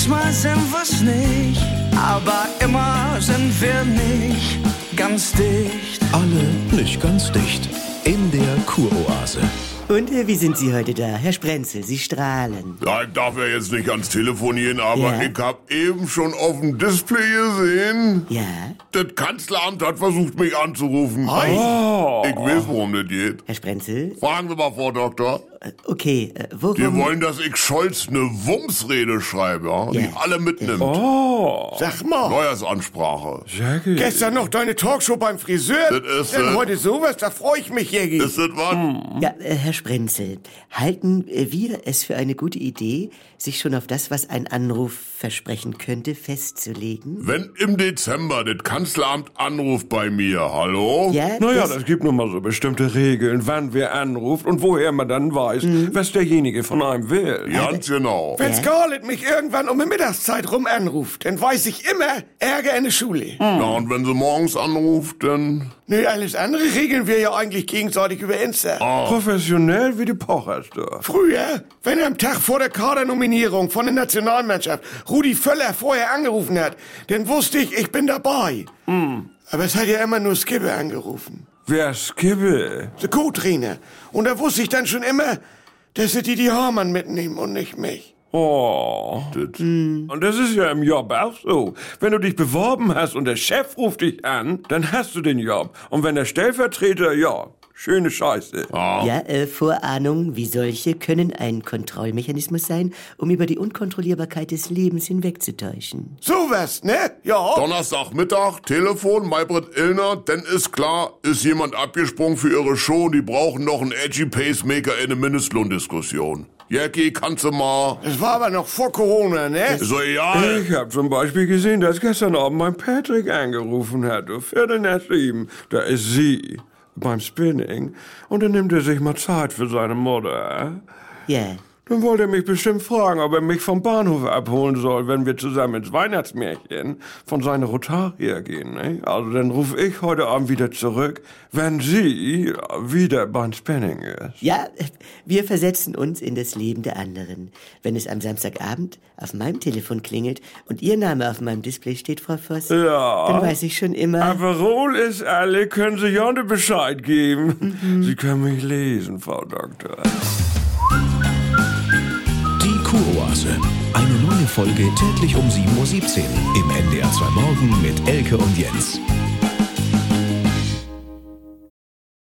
manchmal sind wir's nicht, aber immer sind wir nicht ganz dicht. Alle nicht ganz dicht. In der Kuroase. Und wie sind Sie heute da, Herr Sprenzel? Sie strahlen. Ja, ich darf ja jetzt nicht ans Telefonieren, aber Ja? ich hab eben schon auf dem Display gesehen. Ja? Das Kanzleramt hat versucht, mich anzurufen. Oh. Ich weiß, worum das geht. Herr Sprenzel? Fragen Sie mal, Frau Doktor. Okay, Die worum... wollen, dass ich Scholz eine Wumsrede schreibe, ja? Die Ja. alle mitnimmt. Sag mal, Neujahrsansprache. sehr gut. Gestern noch deine Talkshow beim Friseur. Das ist, Denn heute sowas, da freue ich mich, Jägi. Ist das was? Ja, Herr Sprenzel, halten wir es für eine gute Idee, sich schon auf das, was ein Anruf versprechen könnte, festzulegen? Wenn im Dezember das Kanzleramt anruft bei mir, hallo? Ja, Naja, das gibt nun mal so bestimmte Regeln, wann wer anruft und woher man dann weiß, was derjenige von einem will. Ganz genau. Wenn Ja. Scarlett mich irgendwann um die Mittagszeit rum anruft, dann weiß ich immer, Ärger in der Schule. Na, und wenn sie morgens anruft, dann... Nö, alles andere regeln wir ja eigentlich gegenseitig über Insta. Professionell wie die Pochers, du. Früher, wenn am Tag vor der Kadernominierung von der Nationalmannschaft Rudi Völler vorher angerufen hat, dann wusste ich bin dabei. Aber es hat ja immer nur Skibbe angerufen. Wer Skibbe? Der Co-Trainer. Und da wusste ich dann schon immer, dass sie die Hamann mitnehmen und nicht mich. Oh. Und das ist ja im Job auch so. Wenn du dich beworben hast und der Chef ruft dich an, dann hast du den Job. Und wenn der Stellvertreter, ja, schöne Scheiße. Ja, Vorahnungen wie solche können ein Kontrollmechanismus sein, um über die Unkontrollierbarkeit des Lebens hinwegzutäuschen. Sowas, ne? Ja. Donnerstagmittag, Telefon, Maybrit Illner, dann ist klar, ist jemand abgesprungen für ihre Show und die brauchen noch einen edgy Pacemaker in eine Mindestlohndiskussion. Jackie, kannst du mal... Das war aber noch vor Corona, ne? So, ja. Ich hab zum Beispiel gesehen, dass gestern Abend mein Patrick angerufen hat. Du 7:15. Da ist sie beim Spinning. Und dann nimmt er sich mal Zeit für seine Mutter. Ja. Dann wollte er mich bestimmt fragen, ob er mich vom Bahnhof abholen soll, wenn wir zusammen ins Weihnachtsmärchen von seiner Rotaria gehen. Ne? Also dann rufe ich heute Abend wieder zurück, wenn sie wieder beim Spinning ist. Ja, wir versetzen uns in das Leben der anderen. Wenn es am Samstagabend auf meinem Telefon klingelt und Ihr Name auf meinem Display steht, Frau Voss, Ja. dann weiß ich schon immer... Aber wohl ist alle, können Sie Jonne Bescheid geben. Sie können mich lesen, Frau Doktor. Die Kuroase. Eine neue Folge täglich um 7:17 Uhr im NDR 2 Morgen mit Elke und Jens.